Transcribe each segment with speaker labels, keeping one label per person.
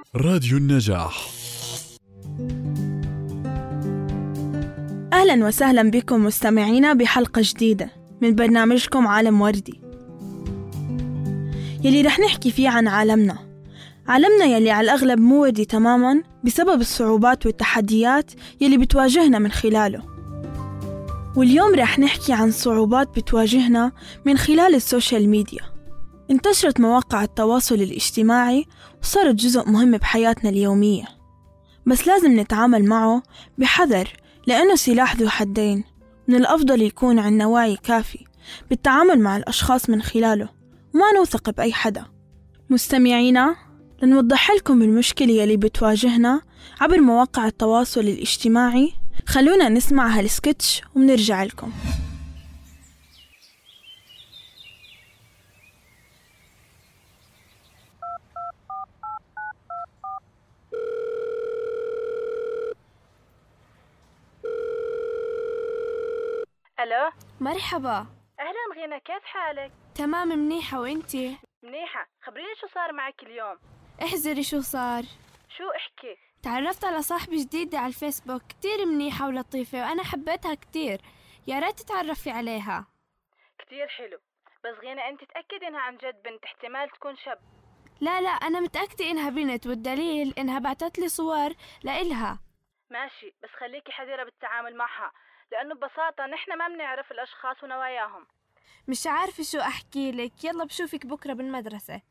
Speaker 1: راديو النجاح.
Speaker 2: أهلا وسهلا بكم مستمعينا بحلقة جديدة من برنامجكم عالم وردي، يلي رح نحكي فيه عن عالمنا يلي على الأغلب مو وردي تماما بسبب الصعوبات والتحديات يلي بتواجهنا من خلاله. واليوم رح نحكي عن صعوبات بتواجهنا من خلال السوشيال ميديا. انتشرت مواقع التواصل الاجتماعي وصارت جزء مهم بحياتنا اليومية، بس لازم نتعامل معه بحذر لأنه سلاح ذو حدين. من الأفضل يكون عندنا وعي كافي بالتعامل مع الأشخاص من خلاله وما نوثق بأي حدا. مستمعينا، لنوضح لكم المشكلة يلي بتواجهنا عبر مواقع التواصل الاجتماعي، خلونا نسمع هالسكتش ومنرجع لكم.
Speaker 3: ألو،
Speaker 4: مرحبا.
Speaker 3: أهلا غينا، كيف حالك؟
Speaker 4: تمام، منيحة، وإنتي؟
Speaker 3: منيحة. خبريني شو صار معك اليوم.
Speaker 4: احذري شو صار.
Speaker 3: شو احكي؟
Speaker 4: تعرفت على صاحبة جديدة على الفيسبوك، كتير منيحة ولطيفة وأنا حبيتها كتير، يا ريت تتعرفي عليها.
Speaker 3: كتير حلو، بس غينا أنت تأكد إنها عن جد بنت، احتمال تكون شاب.
Speaker 4: لا أنا متأكدة إنها بنت، والدليل إنها بعتت لي صور لإلها.
Speaker 3: ماشي، بس خليكي حذرة بالتعامل معها، لأنه ببساطة نحن ما بنعرف الأشخاص ونواياهم.
Speaker 4: مش عارفة شو أحكي لك، يلا بشوفك بكرة بالمدرسة.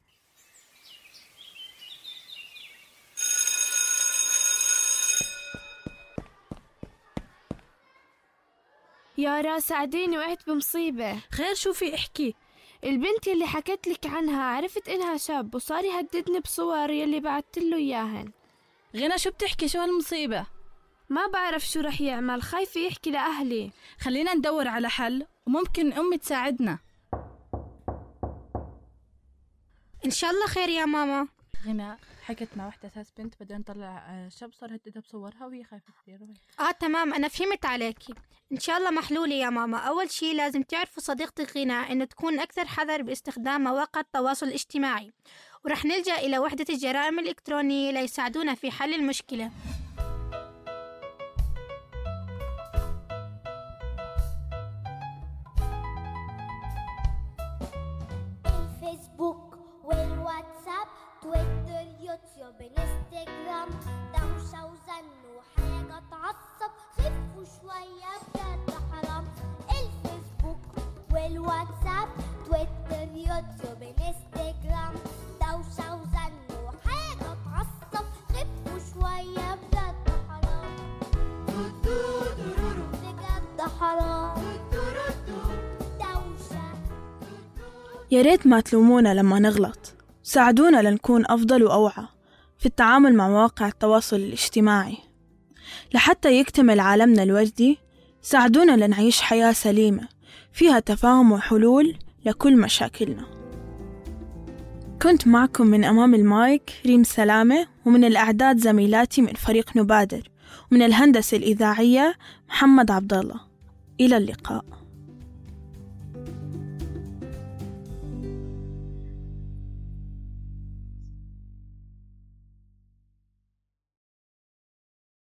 Speaker 4: يارا ساعديني، وقعت بمصيبة.
Speaker 5: خير، شو في احكي؟
Speaker 4: البنت يلي حكت لك عنها عرفت إنها شاب وصار يهددني بصور يلي بعت له إياهن.
Speaker 5: غنى، شو بتحكي؟ شو هالمصيبة؟
Speaker 4: ما بعرف شو رح يعمل، خايفة يحكي لأهلي.
Speaker 5: خلينا ندور على حل وممكن أمي تساعدنا.
Speaker 6: إن شاء الله خير يا ماما.
Speaker 5: غنى حكت مع وحدة أساس بنت، بدنا نطلع شاب صار هددها بصورها وهي خايفة كثير.
Speaker 6: تمام، أنا فهمت عليكي. إن شاء الله محلولة يا ماما. أول شي لازم تعرفوا صديقتك غنى إن تكون أكثر حذر باستخدام مواقع التواصل الاجتماعي، ورح نلجأ إلى وحدة الجرائم الإلكترونية ليساعدونا في حل المشكلة.
Speaker 7: الفيسبوك والواتساب، تويتر، يوتيوب، انستغرام، دوشة وزن وحاجة تعصب، خفوا شوية بجد حرام. الفيسبوك والواتساب، تويتر، يوتيوب، انستغرام، دوشة وزن وحاجة تعصب، خفوا شوية بجد حرام، بجد حرام.
Speaker 2: يا ريت ما تلومونا لما نغلط، ساعدونا لنكون أفضل وأوعى في التعامل مع مواقع التواصل الاجتماعي. لحتى يكتمل عالمنا الوردي، ساعدونا لنعيش حياة سليمة فيها تفاهم وحلول لكل مشاكلنا. كنت معكم من أمام المايك ريم سلامة، ومن الأعداد زميلاتي من فريق نبادر، ومن الهندسة الإذاعية محمد عبد الله. إلى اللقاء.